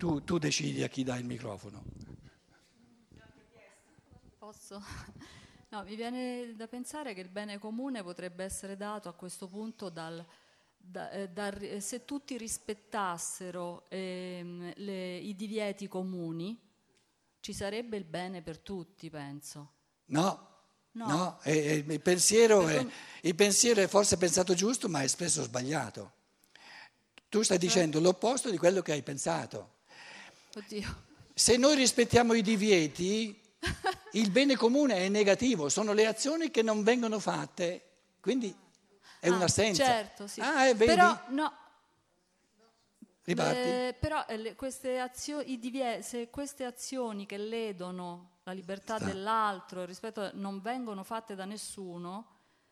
tu decidi a chi dai il microfono. Posso? No, mi viene da pensare che il bene comune potrebbe essere dato a questo punto se tutti rispettassero i divieti comuni, ci sarebbe il bene per tutti, penso. No, il pensiero è forse pensato giusto, ma è spesso sbagliato. Tu stai dicendo l'opposto di quello che hai pensato. Oddio. Se noi rispettiamo i divieti, il bene comune è negativo, sono le azioni che non vengono fatte, quindi è un'assenza. Certo, sì. Vedi? Però no. Riparti. Però se queste azioni che ledono la libertà dell'altro, non vengono fatte da nessuno.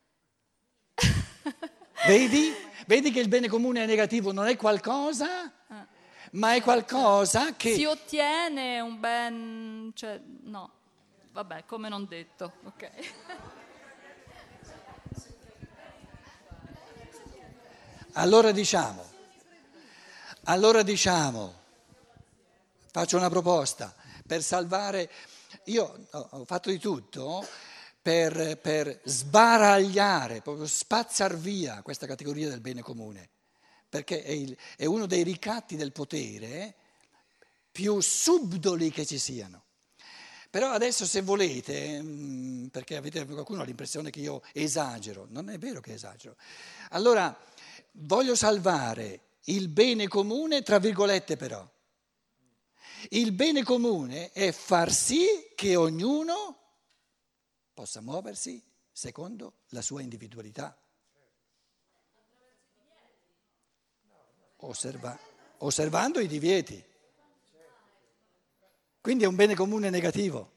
Vedi che il bene comune è negativo, non è qualcosa, ma è qualcosa che... Si ottiene un ben... cioè, no, vabbè, come non detto, ok. Allora diciamo, faccio una proposta, per salvare, io ho fatto di tutto per sbaragliare, proprio spazzar via questa categoria del bene comune, perché è uno dei ricatti del potere più subdoli che ci siano. Però adesso se volete, perché qualcuno ha l'impressione che io esagero, non è vero che esagero, allora voglio salvare il bene comune, tra virgolette però. Il bene comune è far sì che ognuno possa muoversi secondo la sua individualità. Osservando i divieti. Quindi è un bene comune negativo.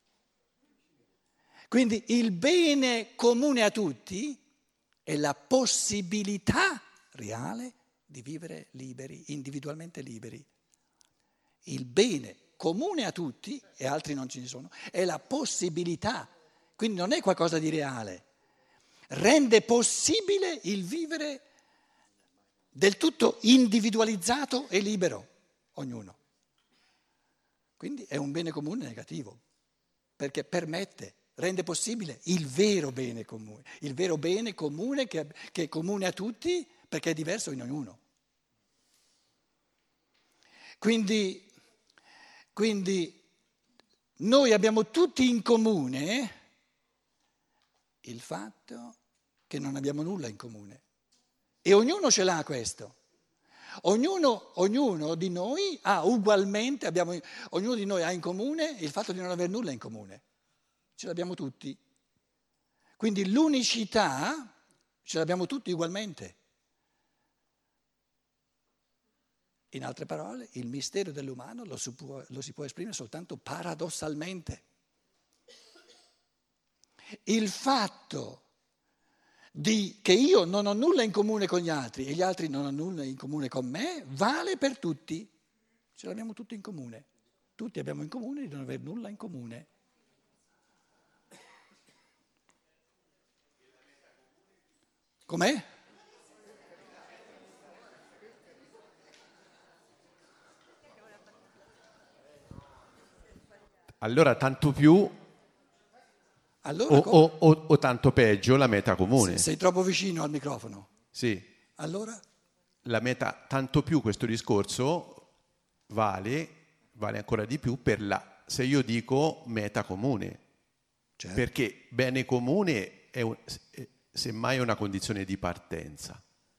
Quindi il bene comune a tutti è la possibilità reale di vivere liberi, individualmente liberi. Il bene comune a tutti, e altri non ce ne sono, è la possibilità, quindi non è qualcosa di reale, rende possibile il vivere del tutto individualizzato e libero, ognuno. Quindi è un bene comune negativo, perché permette, rende possibile il vero bene comune che è comune a tutti, perché è diverso in ognuno. Quindi noi abbiamo tutti in comune il fatto che non abbiamo nulla in comune e ognuno ce l'ha questo. Ognuno di noi ha ugualmente, ognuno di noi ha in comune il fatto di non avere nulla in comune. Ce l'abbiamo tutti. Quindi l'unicità ce l'abbiamo tutti ugualmente. In altre parole, il mistero dell'umano lo si può esprimere soltanto paradossalmente. Il fatto che io non ho nulla in comune con gli altri e gli altri non hanno nulla in comune con me vale per tutti. Ce l'abbiamo tutti in comune. Tutti abbiamo in comune di non avere nulla in comune. Com'è? Allora tanto più o tanto peggio la meta comune. Sei troppo vicino al microfono. Sì. Allora? La meta, tanto più questo discorso vale ancora di più se io dico meta comune. Certo. Perché bene comune è semmai una condizione di partenza.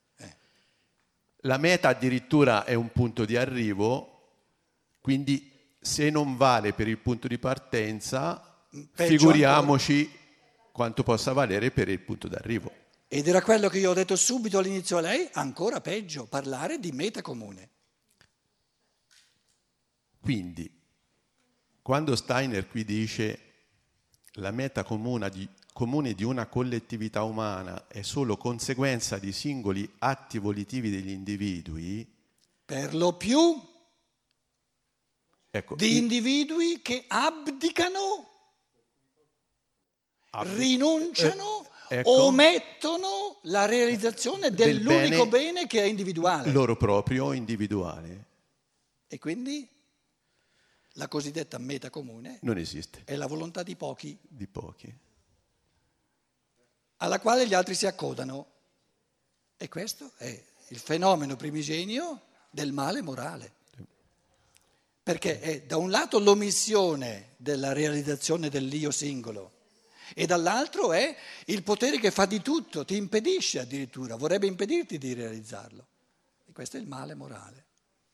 La meta addirittura è un punto di arrivo, quindi se non vale per il punto di partenza, figuriamoci quanto possa valere per il punto d'arrivo. Ed era quello che io ho detto subito all'inizio a lei, ancora peggio, parlare di meta comune. Quindi, quando Steiner qui dice la meta comune di una collettività umana è solo conseguenza di singoli atti volitivi degli individui, per lo più di individui che abdicano, rinunciano, omettono la realizzazione dell'unico bene che è individuale. Loro proprio individuale. E quindi la cosiddetta meta comune non esiste. è la volontà di pochi, Di pochi. alla quale gli altri si accodano. E questo è il fenomeno primigenio del male morale. Perché è da un lato l'omissione della realizzazione dell'io singolo e dall'altro è il potere che fa di tutto, ti impedisce addirittura, vorrebbe impedirti di realizzarlo. E questo è il male morale.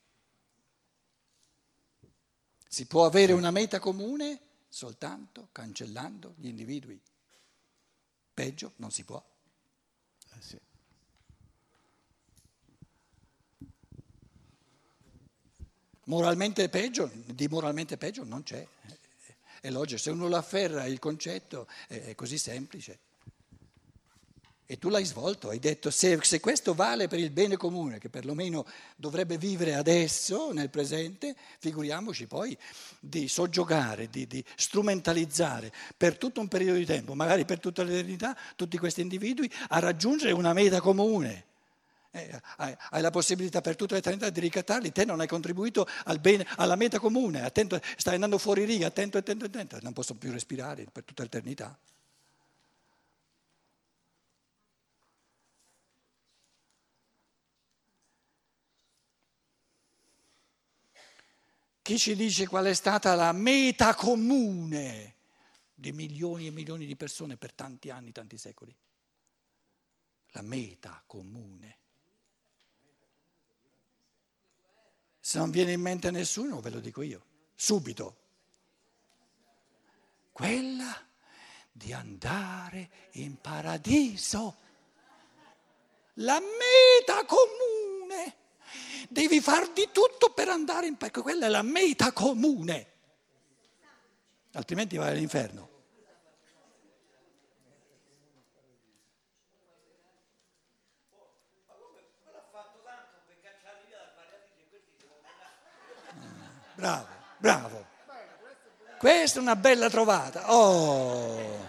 Si può avere una meta comune soltanto cancellando gli individui. Peggio non si può. Sì. Moralmente peggio, di moralmente peggio non c'è. È logico, se uno lo afferra il concetto è così semplice. E tu l'hai svolto, hai detto se questo vale per il bene comune, che perlomeno dovrebbe vivere adesso, nel presente, figuriamoci poi di soggiogare, di strumentalizzare per tutto un periodo di tempo, magari per tutta l'eternità, tutti questi individui a raggiungere una meta comune. Hai la possibilità per tutta l'eternità di ricattarli, te non hai contribuito al bene, alla meta comune, attento, stai andando fuori riga, attento, non posso più respirare per tutta l'eternità. Chi ci dice qual è stata la meta comune di milioni e milioni di persone per tanti anni, tanti secoli? La meta comune. Se non viene in mente a nessuno, ve lo dico io, subito. Quella di andare in paradiso. La meta comune. Devi far di tutto per andare in paradiso. Quella è la meta comune. Altrimenti vai all'inferno. Bravo, bravo. Questa è una bella trovata. Oh.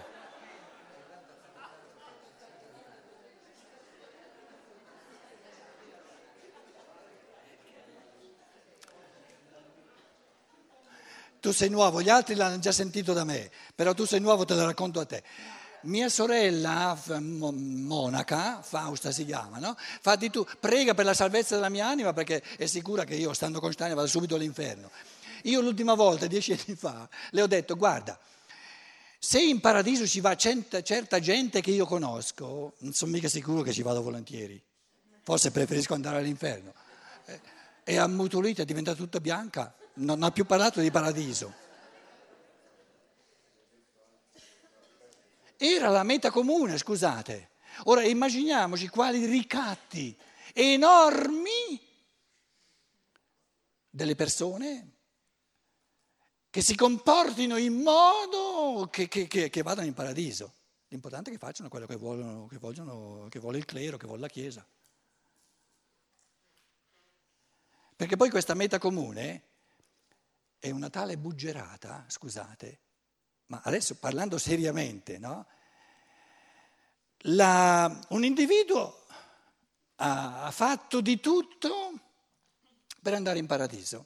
Tu sei nuovo, gli altri l'hanno già sentito da me, però tu sei nuovo, te lo racconto a te. Mia sorella monaca, Fausta si chiama, no? Fa di tu, prega per la salvezza della mia anima perché è sicura che io, stando con Steiner, vado subito all'inferno. Io l'ultima volta, 10 anni fa, le ho detto, guarda, se in paradiso ci va certa gente che io conosco, non sono mica sicuro che ci vado volentieri, forse preferisco andare all'inferno. È ammutolita, è diventata tutta bianca, non ha più parlato di paradiso. Era la meta comune, scusate. Ora immaginiamoci quali ricatti enormi delle persone che si comportino in modo che vadano in paradiso. L'importante è che facciano quello che vuole il clero, che vuole la Chiesa. Perché poi questa meta comune è una tale buggerata, scusate, ma adesso parlando seriamente, no? Un individuo ha fatto di tutto per andare in paradiso.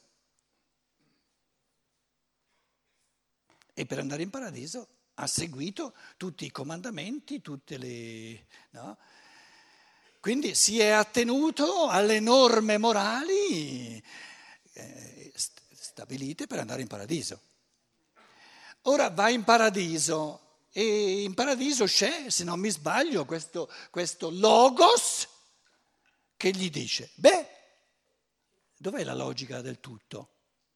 E per andare in paradiso ha seguito tutti i comandamenti, tutte le... no? Quindi si è attenuto alle norme morali stabilite per andare in paradiso. Ora va in paradiso e in paradiso c'è, se non mi sbaglio, questo logos che gli dice, beh, dov'è la logica del tutto?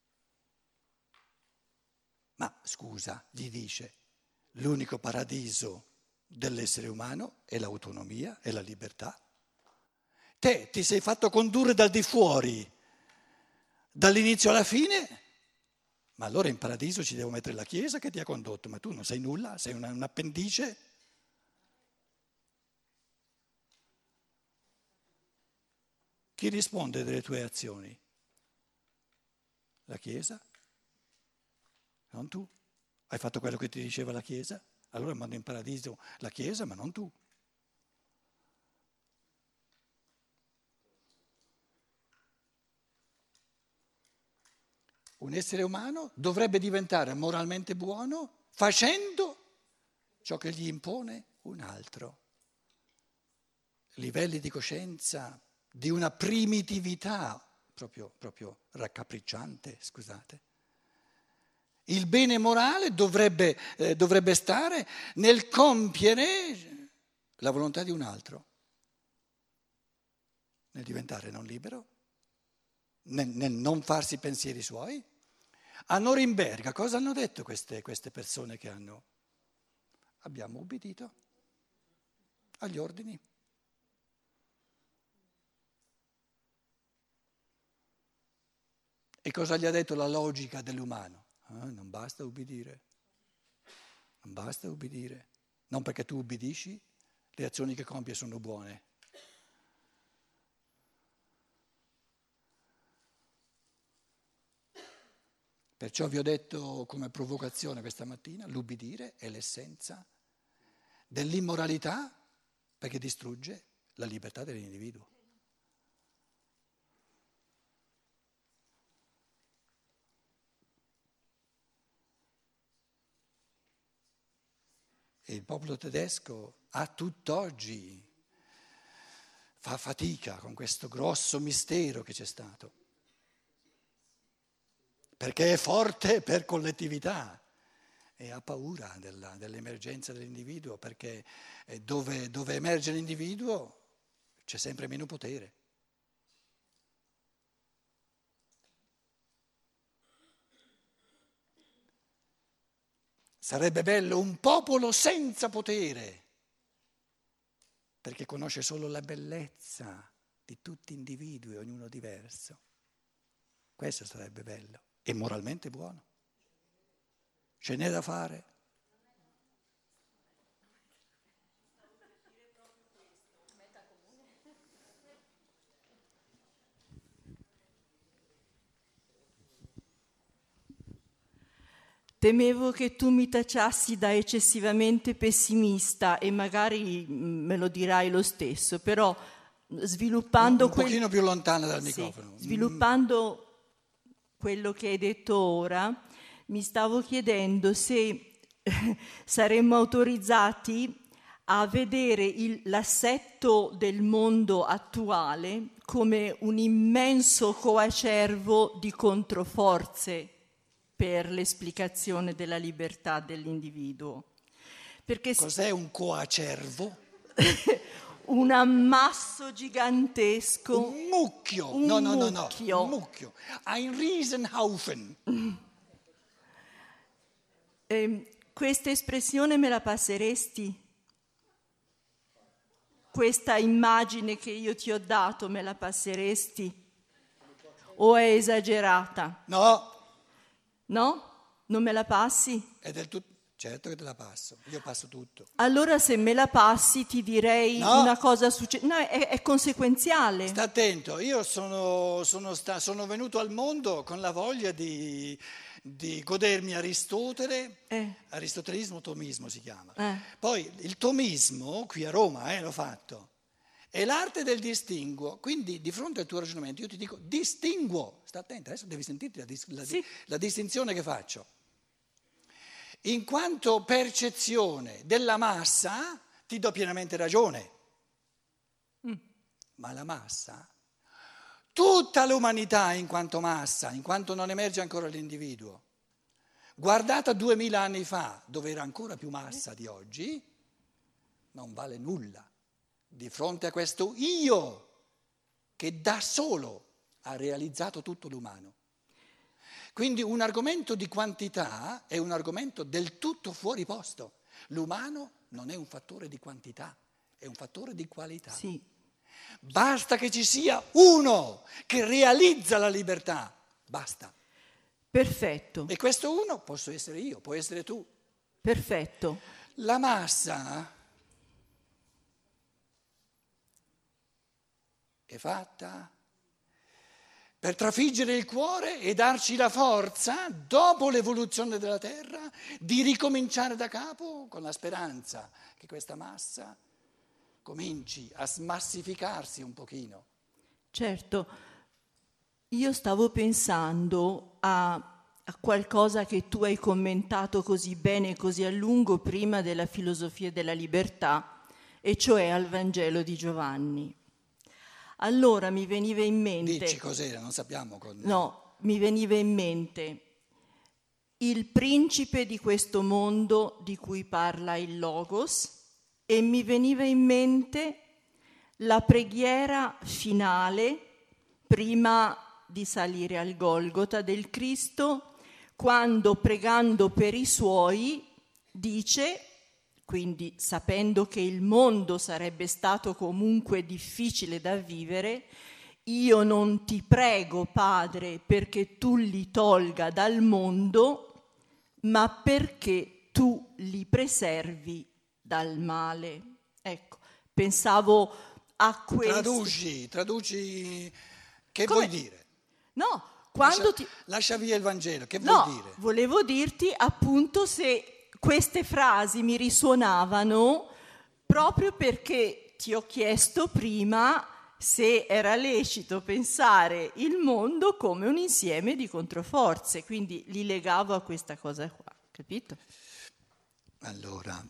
Ma scusa, gli dice, l'unico paradiso dell'essere umano è l'autonomia, è la libertà. Te ti sei fatto condurre dal di fuori, dall'inizio alla fine, ma allora in paradiso ci devo mettere la Chiesa che ti ha condotto, ma tu non sei nulla, sei un appendice. Chi risponde delle tue azioni? La Chiesa? Non tu. Hai fatto quello che ti diceva la Chiesa? Allora mando in paradiso la Chiesa, ma non tu. Un essere umano dovrebbe diventare moralmente buono facendo ciò che gli impone un altro. Livelli di coscienza di una primitività proprio raccapricciante, scusate. Il bene morale dovrebbe stare nel compiere la volontà di un altro, nel diventare non libero, nel non farsi pensieri suoi. A Norimberga cosa hanno detto queste persone che abbiamo ubbidito agli ordini? E cosa gli ha detto la logica dell'umano? Non basta ubbidire, non basta ubbidire. Non perché tu ubbidisci, le azioni che compie sono buone. Perciò vi ho detto come provocazione questa mattina, l'ubbidire è l'essenza dell'immoralità perché distrugge la libertà dell'individuo. E il popolo tedesco a tutt'oggi fa fatica con questo grosso mistero che c'è stato, perché è forte per collettività e ha paura dell'emergenza dell'individuo, perché dove emerge l'individuo c'è sempre meno potere. Sarebbe bello un popolo senza potere, perché conosce solo la bellezza di tutti individui, ognuno diverso. Questo sarebbe bello e moralmente buono. Ce n'è da fare. Temevo che tu mi tacciassi da eccessivamente pessimista e magari me lo dirai lo stesso, però sviluppando un pochino più lontana dal microfono. Sviluppando quello che hai detto ora, mi stavo chiedendo se saremmo autorizzati a vedere l'assetto del mondo attuale come un immenso coacervo di controforze per l'esplicazione della libertà dell'individuo. Perché cos'è un coacervo? Un ammasso gigantesco. Un mucchio. Un No, mucchio. un mucchio. Ein Riesenhaufen. Questa espressione me la passeresti? Questa immagine che io ti ho dato me la passeresti? O è esagerata? No. No? Non me la passi? È del tutto. Certo che te la passo, io passo tutto. Allora se me la passi ti direi una cosa no, è conseguenziale. Sta attento, io sono venuto al mondo con la voglia di godermi Aristotele, aristotelismo, tomismo si chiama. Poi il tomismo, qui a Roma l'ho fatto, è l'arte del distinguo, quindi di fronte al tuo ragionamento io ti dico distinguo, sta attento, adesso devi sentirti la distinzione che faccio. In quanto percezione della massa ti do pienamente ragione, ma la massa, tutta l'umanità in quanto massa, in quanto non emerge ancora l'individuo, guardata 2000 anni fa, dove era ancora più massa di oggi, non vale nulla di fronte a questo io che da solo ha realizzato tutto l'umano. Quindi un argomento di quantità è un argomento del tutto fuori posto. L'umano non è un fattore di quantità, è un fattore di qualità. Sì. Basta che ci sia uno che realizza la libertà, basta. Perfetto. E questo uno posso essere io, puoi essere tu. Perfetto. La massa è fatta per trafiggere il cuore e darci la forza, dopo l'evoluzione della Terra, di ricominciare da capo con la speranza che questa massa cominci a smassificarsi un pochino. Certo, Io stavo pensando a qualcosa che tu hai commentato così bene e così a lungo prima della filosofia della libertà, e cioè al Vangelo di Giovanni. Allora mi veniva in mente... Dici cos'era, non sappiamo. No, mi veniva in mente il principe di questo mondo di cui parla il Logos, e mi veniva in mente la preghiera finale, prima di salire al Golgota, del Cristo, quando pregando per i suoi dice, quindi sapendo che il mondo sarebbe stato comunque difficile da vivere: io non ti prego, Padre, perché tu li tolga dal mondo, ma perché tu li preservi dal male. Ecco, pensavo a questo. Traduci, che Come? vuoi dire? No, quando Lascia via il Vangelo, che No, vuol dire? volevo dirti appunto se queste frasi mi risuonavano proprio perché ti ho chiesto prima se era lecito pensare il mondo come un insieme di controforze, quindi li legavo a questa cosa qua, capito? Allora,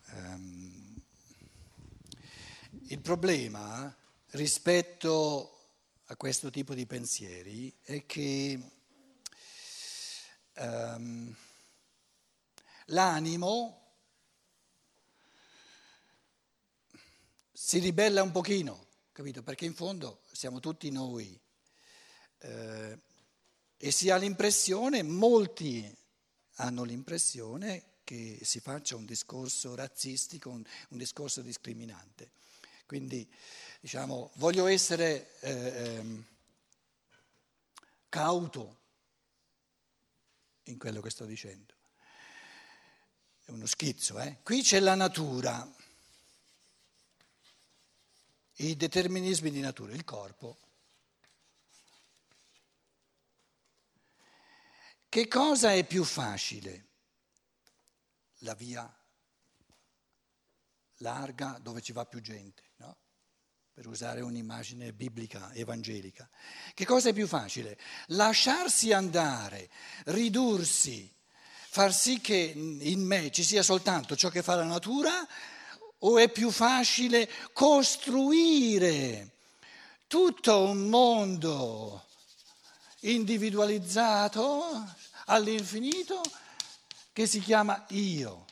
il problema rispetto a questo tipo di pensieri è che l'animo si ribella un pochino, capito? Perché in fondo siamo tutti noi e si ha l'impressione, molti hanno l'impressione che si faccia un discorso razzistico, un discorso discriminante. Quindi, diciamo, voglio essere cauto in quello che sto dicendo. È uno schizzo, eh? Qui c'è la natura, i determinismi di natura, il corpo. Che cosa è più facile? La via larga dove ci va più gente, no? Per usare un'immagine biblica, evangelica. Che cosa è più facile? Lasciarsi andare, ridursi, far sì che in me ci sia soltanto ciò che fa la natura, o è più facile costruire tutto un mondo individualizzato all'infinito che si chiama io?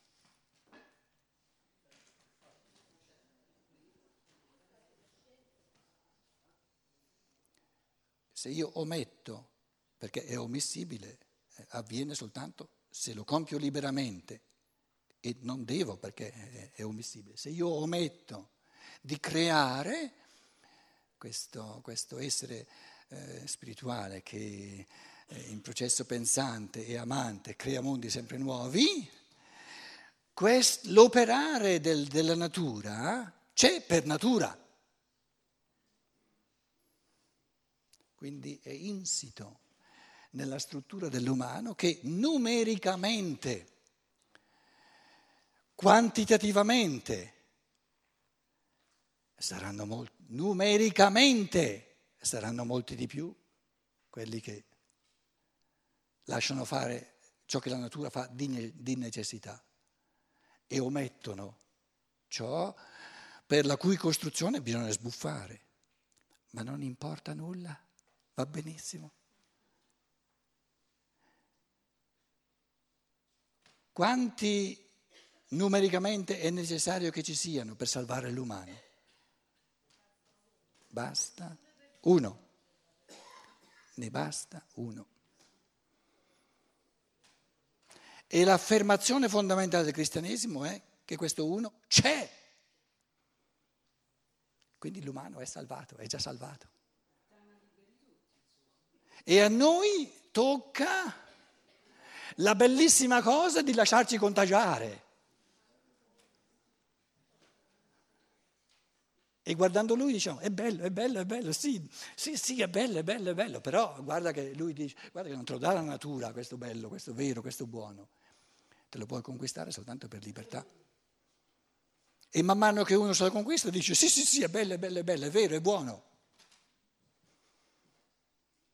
Se io ometto, perché è ommissibile, avviene soltanto se lo compio liberamente, e non devo perché è ommissibile. Se io ometto di creare questo essere spirituale che in processo pensante e amante crea mondi sempre nuovi, l'operare della natura c'è per natura. Quindi è insito nella struttura dell'umano che numericamente, quantitativamente, numericamente saranno molti di più quelli che lasciano fare ciò che la natura fa di necessità e omettono ciò per la cui costruzione bisogna sbuffare, ma non importa nulla. Va benissimo. Quanti numericamente è necessario che ci siano per salvare l'umano? Basta uno. Ne basta uno. E l'affermazione fondamentale del cristianesimo è che questo uno c'è. Quindi l'umano è salvato, è già salvato. E a noi tocca la bellissima cosa di lasciarci contagiare. E guardando lui diciamo, è bello, sì, è bello, però guarda che lui dice, guarda che non te lo dà la natura questo bello, questo vero, questo buono. Te lo puoi conquistare soltanto per libertà. E man mano che uno se lo conquista dice, sì, è bello, è vero, è buono.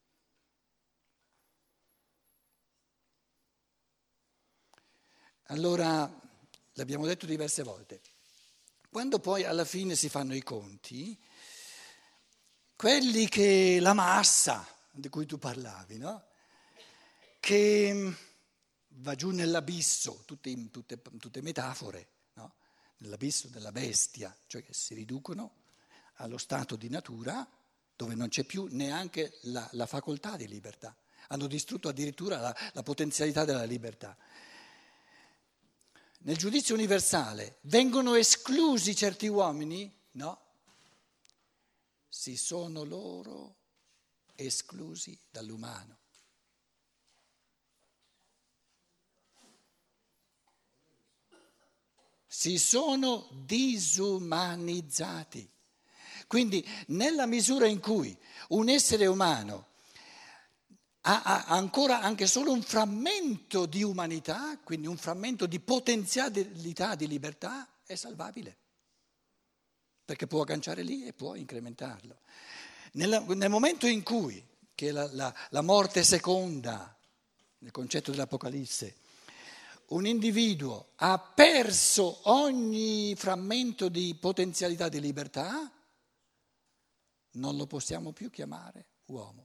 Allora, l'abbiamo detto diverse volte, quando poi alla fine si fanno i conti, quelli che la massa di cui tu parlavi, no? Che va giù nell'abisso, tutte metafore, no? Nell'abisso della bestia, cioè che si riducono allo stato di natura dove non c'è più neanche la facoltà di libertà. Hanno distrutto addirittura la potenzialità della libertà. Nel giudizio universale vengono esclusi certi uomini? No. Si sono loro esclusi dall'umano. Si sono disumanizzati. Quindi nella misura in cui un essere umano ha ancora anche solo un frammento di umanità, quindi un frammento di potenzialità di libertà, è salvabile, perché può agganciare lì e può incrementarlo. Nel momento in cui, che è la morte seconda, nel concetto dell'Apocalisse, un individuo ha perso ogni frammento di potenzialità di libertà, non lo possiamo più chiamare uomo.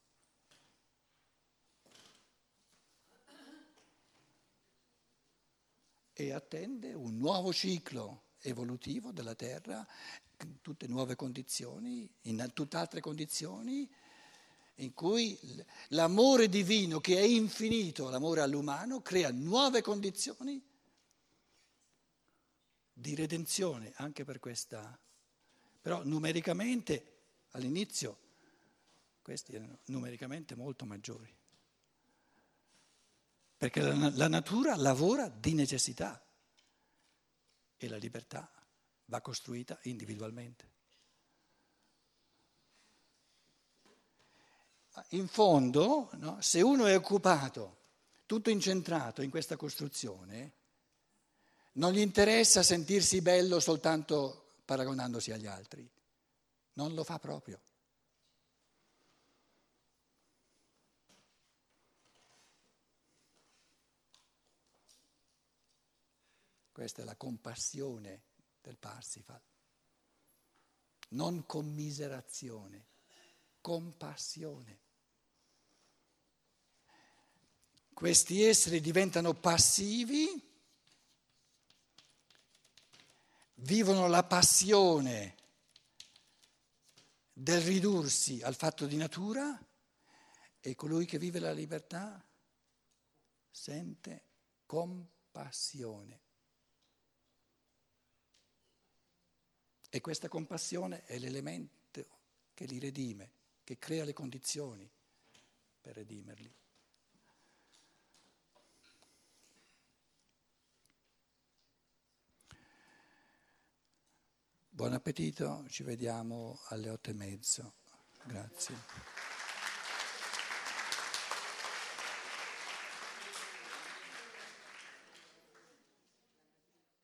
E attende un nuovo ciclo evolutivo della Terra, in tutte nuove condizioni, in tutt'altre condizioni, in cui l'amore divino, che è infinito, l'amore all'umano, crea nuove condizioni di redenzione anche per questa. Però numericamente, all'inizio, questi erano numericamente molto maggiori. Perché la natura lavora di necessità e la libertà va costruita individualmente. In fondo, no, se uno è occupato, tutto incentrato in questa costruzione, non gli interessa sentirsi bello soltanto paragonandosi agli altri, non lo fa proprio. Questa è la compassione del Parsifal, non commiserazione, compassione. Questi esseri diventano passivi, vivono la passione del ridursi al fatto di natura, e colui che vive la libertà sente compassione. E questa compassione è l'elemento che li redime, che crea le condizioni per redimerli. Buon appetito, ci vediamo alle 8:30. Grazie.